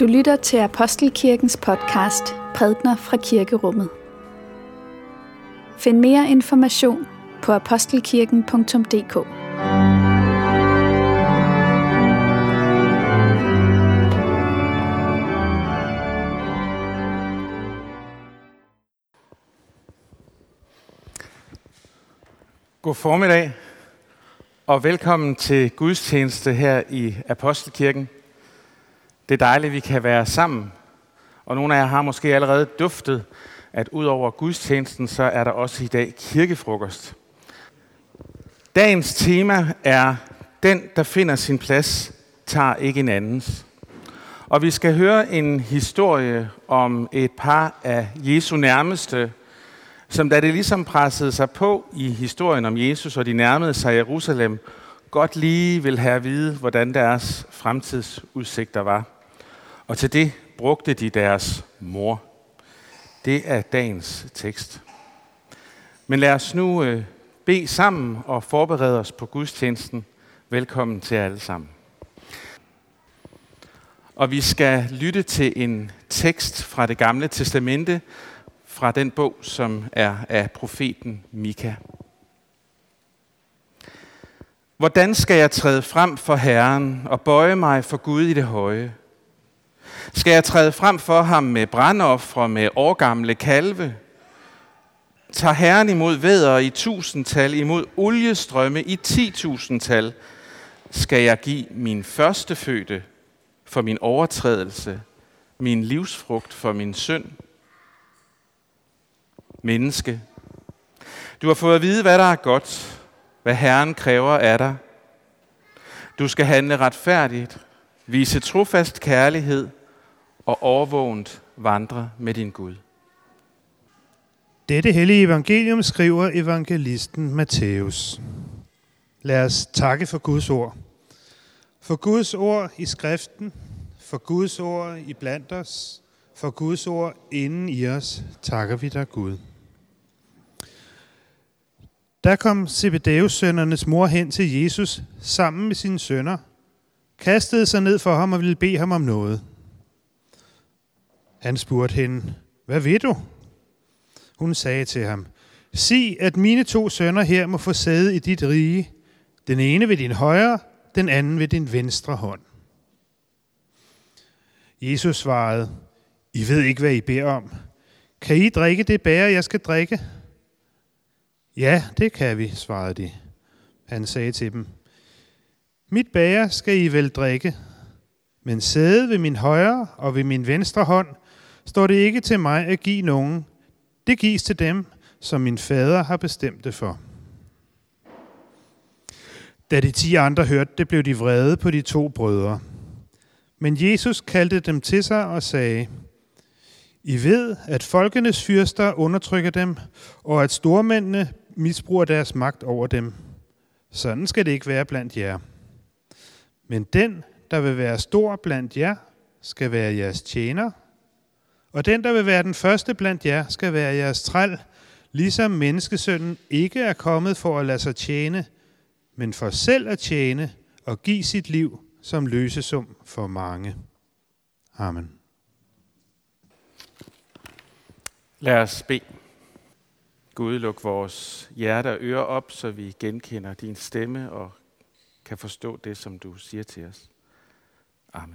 Du lytter til Apostelkirkens podcast Prædikener fra Kirkerummet. Find mere information på apostelkirken.dk. God formiddag og velkommen til gudstjeneste her i Apostelkirken. Det er dejligt, at vi kan være sammen, og nogle af jer har måske allerede duftet, at ud over gudstjenesten, så er der også i dag kirkefrokost. Dagens tema er, den der finder sin plads, tager ikke en andens. Og vi skal høre en historie om et par af Jesu nærmeste, som da det ligesom pressede sig på i historien om Jesus, og de nærmede sig Jerusalem, godt lige vil have at vide, hvordan deres fremtidsudsigter var. Og til det brugte de deres mor. Det er dagens tekst. Men lad os nu bede sammen og forberede os på gudstjenesten. Velkommen til alle sammen. Og vi skal lytte til en tekst fra det gamle testamente, fra den bog, som er af profeten Mika. Hvordan skal jeg træde frem for Herren og bøje mig for Gud i det høje? Skal jeg træde frem for ham med brandofre, med årgamle kalve? Tager Herren imod vædder i 1000-tal, imod oliestrømme i 10.000-tal? Skal jeg give min førstefødte for min overtrædelse, min livsfrugt for min synd? Menneske, du har fået at vide, hvad der er godt, hvad Herren kræver af dig. Du skal handle retfærdigt, vise trofast kærlighed og overvågent vandre med din Gud. Dette hellige evangelium skriver evangelisten Matthæus. Lad os takke for Guds ord. For Guds ord i skriften, for Guds ord i blandt os, for Guds ord inden i os, takker vi dig, Gud. Der kom Zebedeus-sønnernes mor hen til Jesus sammen med sine sønner, kastede sig ned for ham og ville bede ham om noget. Han spurgte hende, hvad vil du? Hun sagde til ham, sig, at mine 2 sønner her må få sæde i dit rige, den ene ved din højre, den anden ved din venstre hånd. Jesus svarede, I ved ikke, hvad I beder om. Kan I drikke det bæger, jeg skal drikke? Ja, det kan vi, svarede de. Han sagde til dem, mit bæger skal I vel drikke, men sæde ved min højre og ved min venstre hånd står det ikke til mig at give nogen. Det gives til dem, som min fader har bestemt det for. Da de 10 andre hørte det, blev de vrede på de 2 brødre. Men Jesus kaldte dem til sig og sagde, I ved, at folkenes fyrster undertrykker dem, og at stormændene misbruger deres magt over dem. Sådan skal det ikke være blandt jer. Men den, der vil være stor blandt jer, skal være jeres tjener, og den, der vil være den første blandt jer, skal være jeres træl, ligesom menneskesønnen ikke er kommet for at lade sig tjene, men for selv at tjene og give sit liv som løsesum for mange. Amen. Lad os bede. Gud, luk vores hjerte og ører op, så vi genkender din stemme og kan forstå det, som du siger til os. Amen.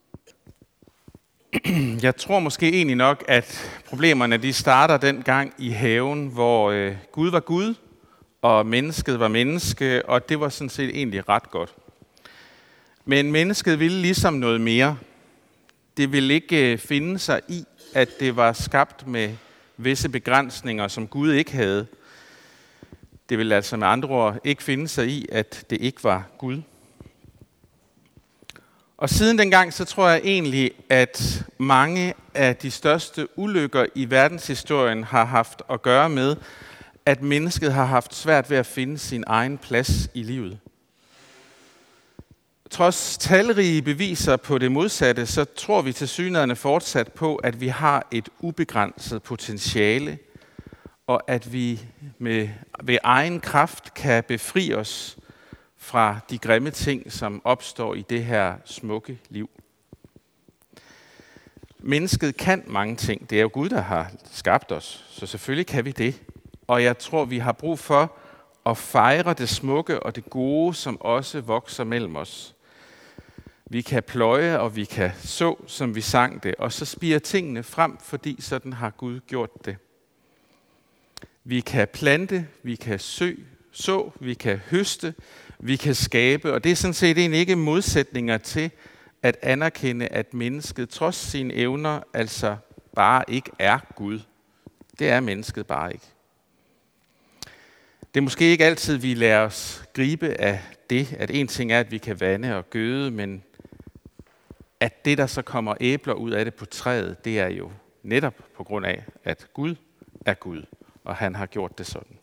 Jeg tror måske egentlig nok, at problemerne de starter dengang i haven, hvor Gud var Gud, og mennesket var menneske, og det var sådan set egentlig ret godt. Men mennesket ville ligesom noget mere. Det ville ikke finde sig i, at det var skabt med visse begrænsninger, som Gud ikke havde. Det ville altså med andre ord ikke finde sig i, at det ikke var Gud. Og siden dengang, så tror jeg egentlig, at mange af de største ulykker i verdenshistorien har haft at gøre med, at mennesket har haft svært ved at finde sin egen plads i livet. Trods talrige beviser på det modsatte, så tror vi tilsyneladende fortsat på, at vi har et ubegrænset potentiale, og at vi ved egen kraft kan befri os fra de grimme ting, som opstår i det her smukke liv. Mennesket kan mange ting. Det er jo Gud, der har skabt os, så selvfølgelig kan vi det. Og jeg tror, vi har brug for at fejre det smukke og det gode, som også vokser mellem os. Vi kan pløje, og vi kan så, som vi sang det, og så spirer tingene frem, fordi sådan har Gud gjort det. Vi kan plante, vi kan så, vi kan høste, vi kan skabe, og det er sådan set egentlig ikke modsætninger til at anerkende, at mennesket trods sine evner altså bare ikke er Gud. Det er mennesket bare ikke. Det er måske ikke altid, vi lader os gribe af det, at en ting er, at vi kan vande og gøde, men at det, der så kommer æbler ud af det på træet, det er jo netop på grund af, at Gud er Gud, og han har gjort det sådan.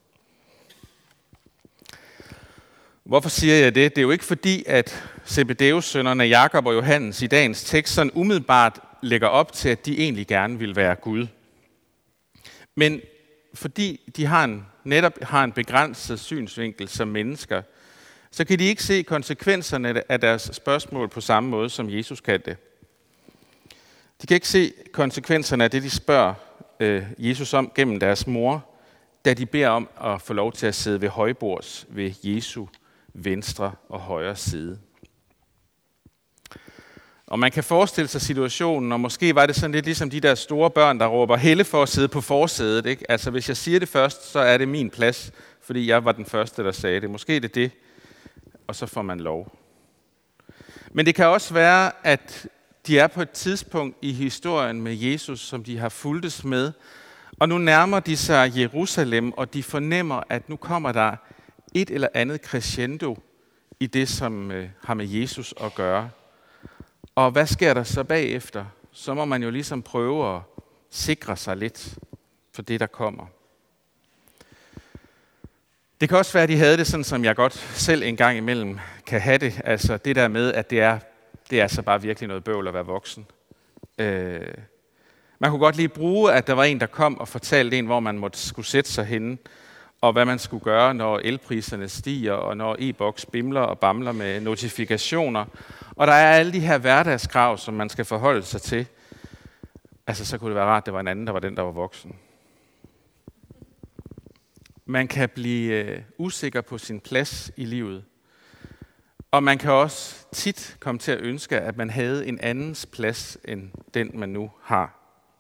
Hvorfor siger jeg det? Det er jo ikke fordi, at Zebedeus-sønnerne Jakob og Johannes i dagens tekst sådan umiddelbart lægger op til, at de egentlig gerne vil være Gud. Men fordi de netop har en begrænset synsvinkel som mennesker, så kan de ikke se konsekvenserne af deres spørgsmål på samme måde, som Jesus kan det. De kan ikke se konsekvenserne af det, de spørger Jesus om gennem deres mor, da de beder om at få lov til at sidde ved højbords ved Jesu venstre og højre side. Og man kan forestille sig situationen, og måske var det sådan lidt ligesom de der store børn, der råber helle for at sidde på forsædet. Ikke? Altså hvis jeg siger det først, så er det min plads, fordi jeg var den første, der sagde det. Måske er det det, og så får man lov. Men det kan også være, at de er på et tidspunkt i historien med Jesus, som de har fulgtes med, og nu nærmer de sig Jerusalem, og de fornemmer, at nu kommer der et eller andet crescendo i det, som har med Jesus at gøre. Og hvad sker der så bagefter? Så må man jo ligesom prøve at sikre sig lidt for det, der kommer. Det kan også være, at de havde det sådan, som jeg godt selv en gang imellem kan have det. Altså det der med, at det er altså bare virkelig noget bøvl at være voksen. Man kunne godt lige bruge, at der var en, der kom og fortalte en, hvor man skulle sætte sig henne, og hvad man skulle gøre, når elpriserne stiger, og når e-boks bimler og bamler med notifikationer. Og der er alle de her hverdagskrav, som man skal forholde sig til. Altså, så kunne det være rart, at det var en anden, der var den, der var voksen. Man kan blive usikker på sin plads i livet. Og man kan også tit komme til at ønske, at man havde en andens plads, end den, man nu har.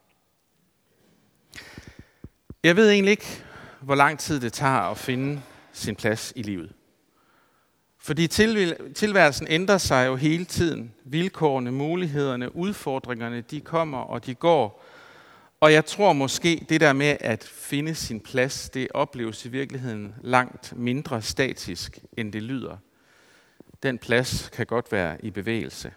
Jeg ved egentlig ikke, hvor lang tid det tager at finde sin plads i livet. Fordi tilværelsen ændrer sig jo hele tiden. Vilkårene, mulighederne, udfordringerne, de kommer og de går. Og jeg tror måske, det der med at finde sin plads, det opleves i virkeligheden langt mindre statisk, end det lyder. Den plads kan godt være i bevægelse.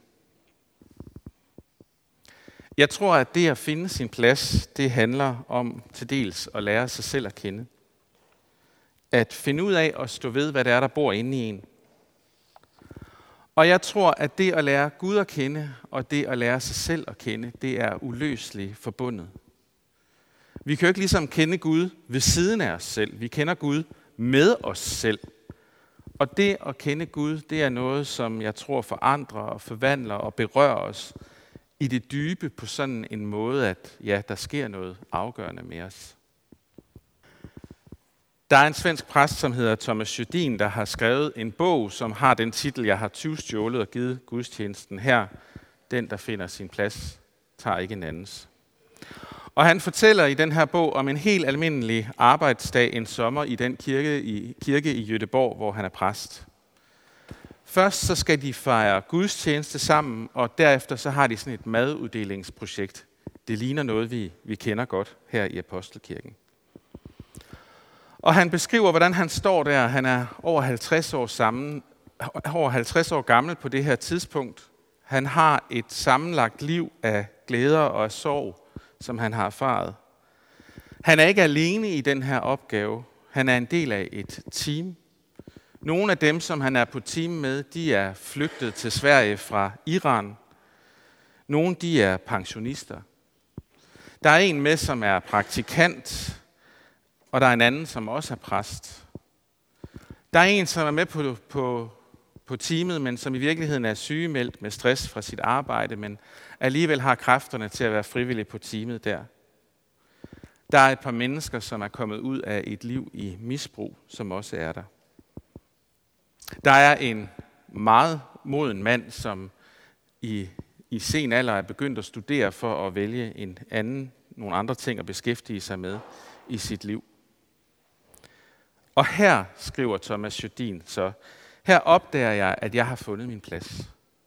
Jeg tror, at det at finde sin plads, det handler om til dels at lære sig selv at kende. At finde ud af at stå ved, hvad det er, der bor inde i en. Og jeg tror, at det at lære Gud at kende, og det at lære sig selv at kende, det er uløseligt forbundet. Vi kan jo ikke ligesom kende Gud ved siden af os selv. Vi kender Gud med os selv. Og det at kende Gud, det er noget, som jeg tror forandrer og forvandler og berører os i det dybe på sådan en måde, at ja, der sker noget afgørende med os. Der er en svensk præst, som hedder Thomas Jødin, der har skrevet en bog, som har den titel, jeg har tyvstjålet og givet gudstjenesten her. Den, der finder sin plads, tager ikke en andens. Og han fortæller i den her bog om en helt almindelig arbejdsdag en sommer i den kirke i Göteborg, hvor han er præst. Først så skal de fejre gudstjeneste sammen, og derefter så har de sådan et maduddelingsprojekt. Det ligner noget, vi kender godt her i Apostelkirken. Og han beskriver, hvordan han står der. Han er over 50 år gammel på det her tidspunkt. Han har et sammenlagt liv af glæder og af sorg, som han har erfaret. Han er ikke alene i den her opgave. Han er en del af et team. Nogle af dem, som han er på team med, de er flygtet til Sverige fra Iran. Nogle, de er pensionister. Der er en med, som er praktikant, og der er en anden, som også er præst. Der er en, som er med på på teamet, men som i virkeligheden er sygemeldt med stress fra sit arbejde, men alligevel har kræfterne til at være frivillig på teamet der. Der er et par mennesker, som er kommet ud af et liv i misbrug, som også er der. Der er en meget moden mand, som i sen alder er begyndt at studere for at vælge nogle andre ting at beskæftige sig med i sit liv. Og her, skriver Thomas Jødin, så her opdager jeg, at jeg har fundet min plads.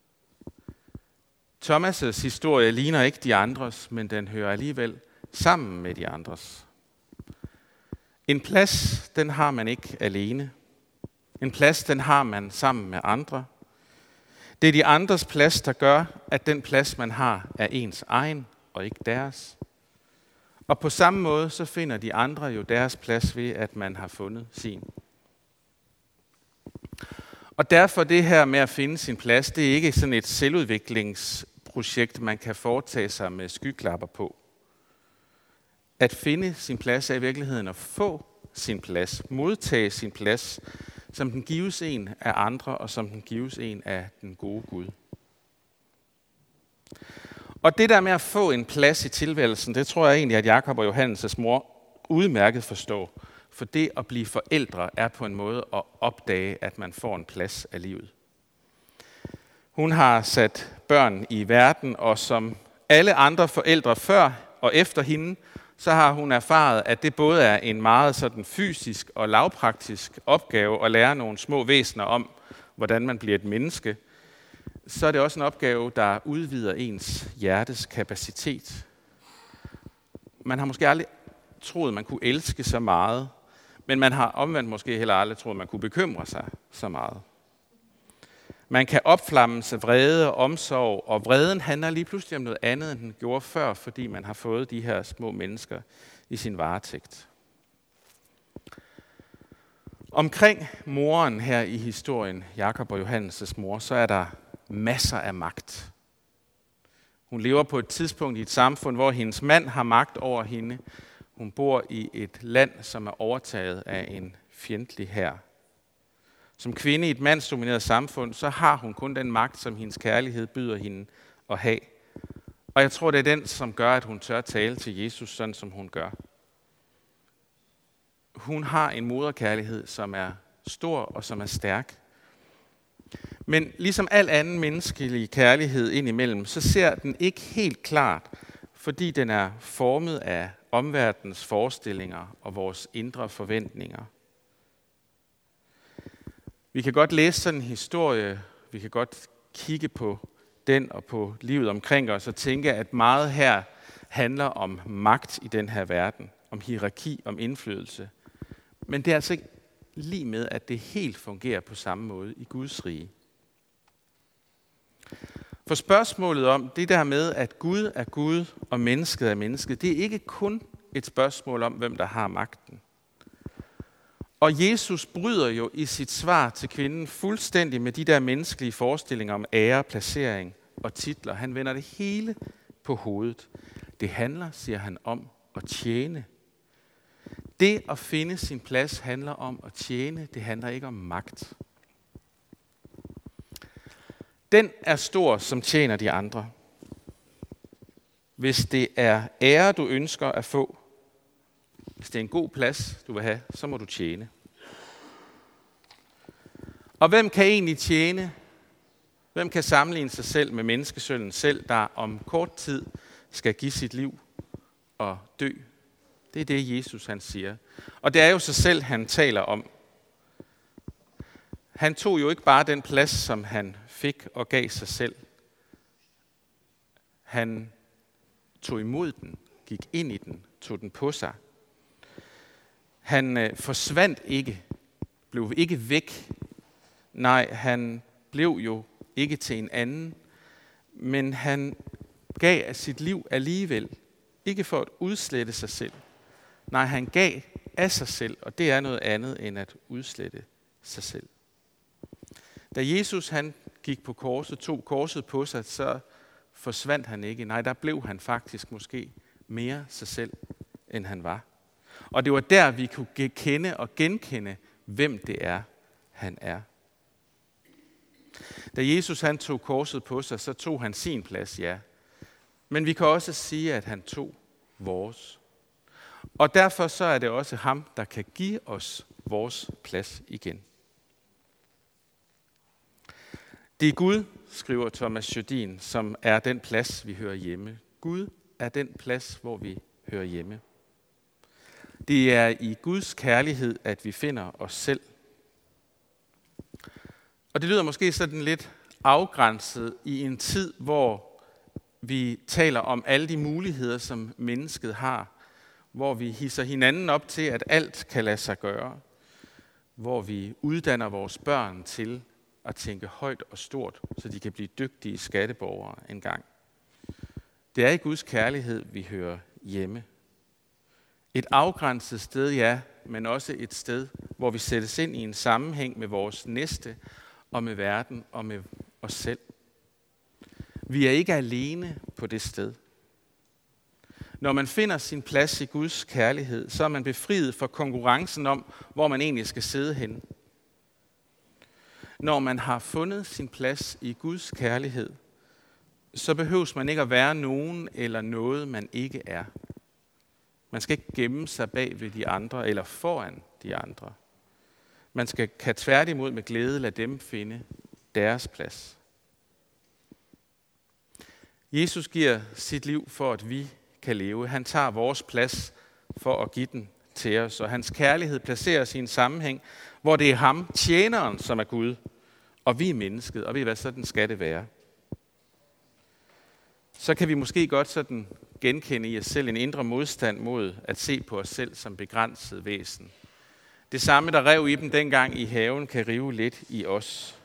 Thomas' historie ligner ikke de andres, men den hører alligevel sammen med de andres. En plads, den har man ikke alene. En plads, den har man sammen med andre. Det er de andres plads, der gør, at den plads, man har, er ens egen og ikke deres. Og på samme måde, så finder de andre jo deres plads ved, at man har fundet sin. Og derfor det her med at finde sin plads, det er ikke sådan et selvudviklingsprojekt, man kan foretage sig med skyklapper på. At finde sin plads er i virkeligheden at få sin plads, modtage sin plads, som den gives en af andre, og som den gives en af den gode Gud. Og det der med at få en plads i tilværelsen, det tror jeg egentlig, at Jakob og Johannes' mor udmærket forstår. For det at blive forældre er på en måde at opdage, at man får en plads af livet. Hun har sat børn i verden, og som alle andre forældre før og efter hende, så har hun erfaret, at det både er en meget sådan fysisk og lavpraktisk opgave at lære nogle små væsener om, hvordan man bliver et menneske. Så er det også en opgave, der udvider ens hjertes kapacitet. Man har måske aldrig troet, man kunne elske så meget, men man har omvendt måske heller aldrig troet, man kunne bekymre sig så meget. Man kan opflammes af vrede og omsorg, og vreden handler lige pludselig om noget andet, end den gjorde før, fordi man har fået de her små mennesker i sin varetægt. Omkring moren her i historien, Jakob og Johannes' mor, så er der masser af magt. Hun lever på et tidspunkt i et samfund, hvor hendes mand har magt over hende. Hun bor i et land, som er overtaget af en fjendtlig hær. Som kvinde i et mandsdomineret samfund, så har hun kun den magt, som hendes kærlighed byder hende at have. Og jeg tror, det er den, som gør, at hun tør tale til Jesus, sådan som hun gør. Hun har en moderkærlighed, som er stor og som er stærk. Men ligesom al anden menneskelig kærlighed indimellem, så ser den ikke helt klart, fordi den er formet af omverdenens forestillinger og vores indre forventninger. Vi kan godt læse sådan en historie, vi kan godt kigge på den og på livet omkring os og tænke, at meget her handler om magt i den her verden, om hierarki, om indflydelse. Men det er altså ikke lige med, at det helt fungerer på samme måde i Guds rige. For spørgsmålet om det der med, at Gud er Gud og mennesket er mennesket, det er ikke kun et spørgsmål om, hvem der har magten. Og Jesus bryder jo i sit svar til kvinden fuldstændig med de der menneskelige forestillinger om ære, placering og titler. Han vender det hele på hovedet. Det handler, siger han, om at tjene. Det at finde sin plads handler om at tjene, det handler ikke om magt. Den er stor, som tjener de andre. Hvis det er ære, du ønsker at få, hvis det er en god plads, du vil have, så må du tjene. Og hvem kan egentlig tjene? Hvem kan sammenligne sig selv med menneskesønnen selv, der om kort tid skal give sit liv og dø? Det er det, Jesus han siger. Og det er jo sig selv, han taler om. Han tog jo ikke bare den plads, som han fik og gav sig selv. Han tog imod den, gik ind i den, tog den på sig. Han forsvandt ikke, blev ikke væk. Nej, han blev jo ikke til en anden, men han gav af sit liv alligevel, ikke for at udslette sig selv. Nej, han gav af sig selv, og det er noget andet end at udslette sig selv. Da Jesus han gik på korset, tog korset på sig, så forsvandt han ikke. Nej, der blev han faktisk måske mere sig selv, end han var. Og det var der, vi kunne kende og genkende, hvem det er, han er. Da Jesus han tog korset på sig, så tog han sin plads, ja. Men vi kan også sige, at han tog vores. Og derfor så er det også ham, der kan give os vores plads igen. Det er Gud, skriver Thomas Jødin, som er den plads, vi hører hjemme. Gud er den plads, hvor vi hører hjemme. Det er i Guds kærlighed, at vi finder os selv. Og det lyder måske sådan lidt afgrænset i en tid, hvor vi taler om alle de muligheder, som mennesket har. Hvor vi hisser hinanden op til, at alt kan lade sig gøre. Hvor vi uddanner vores børn til at tænke højt og stort, så de kan blive dygtige skatteborgere engang. Det er i Guds kærlighed, vi hører hjemme. Et afgrænset sted, ja, men også et sted, hvor vi sættes ind i en sammenhæng med vores næste og med verden og med os selv. Vi er ikke alene på det sted. Når man finder sin plads i Guds kærlighed, så er man befriet fra konkurrencen om, hvor man egentlig skal sidde henne. Når man har fundet sin plads i Guds kærlighed, så behøves man ikke at være nogen eller noget, man ikke er. Man skal ikke gemme sig bag ved de andre eller foran de andre. Man kan tværtimod med glæde lade dem finde deres plads. Jesus giver sit liv for, at vi kan leve. Han tager vores plads for at give den til os, og hans kærlighed placerer os i en sammenhæng, hvor det er ham, tjeneren, som er Gud, og vi er mennesket, og ved I hvad, sådan skal det være. Så kan vi måske godt sådan genkende i os selv en indre modstand mod at se på os selv som begrænset væsen. Det samme, der rev i dem dengang i haven, kan rive lidt i os.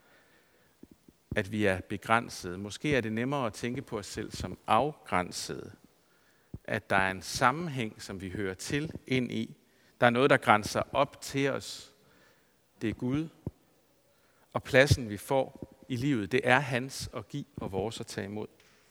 At vi er begrænsede. Måske er det nemmere at tænke på os selv som afgrænsede. At der er en sammenhæng, som vi hører til ind i. Der er noget, der grænser op til os. Det er Gud. Og pladsen, vi får i livet, det er hans at give og vores at tage imod.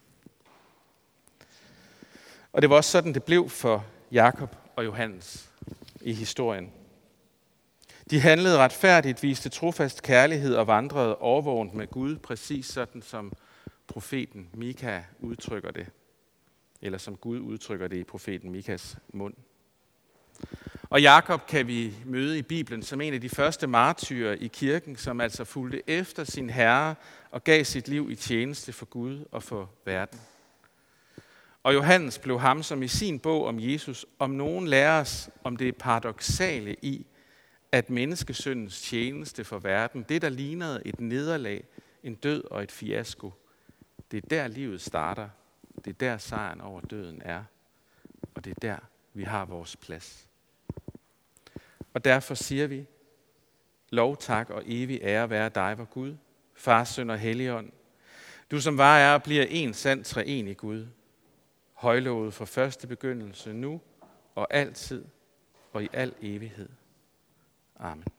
Og det var også sådan, det blev for Jakob og Johannes i historien. De handlede retfærdigt, viste trofast kærlighed og vandrede overvågent med Gud, præcis sådan som profeten Mika udtrykker det. Eller som Gud udtrykker det i profeten Mikas mund. Og Jakob kan vi møde i Bibelen som en af de første martyrer i kirken, som altså fulgte efter sin herre og gav sit liv i tjeneste for Gud og for verden. Og Johannes blev ham, som i sin bog om Jesus, om nogen lærer os om det paradoksale i, at menneskesyndens tjeneste for verden, det der lignede et nederlag, en død og et fiasko, det er der livet starter. Det er der sejren over døden er. Og det er der, vi har vores plads. Og derfor siger vi, lov, tak og evig ære være dig, vor Gud, Far, Søn og Helligånd. Du som var er og bliver en sand treenig Gud, højlovet fra første begyndelse nu og altid og i al evighed. Amen.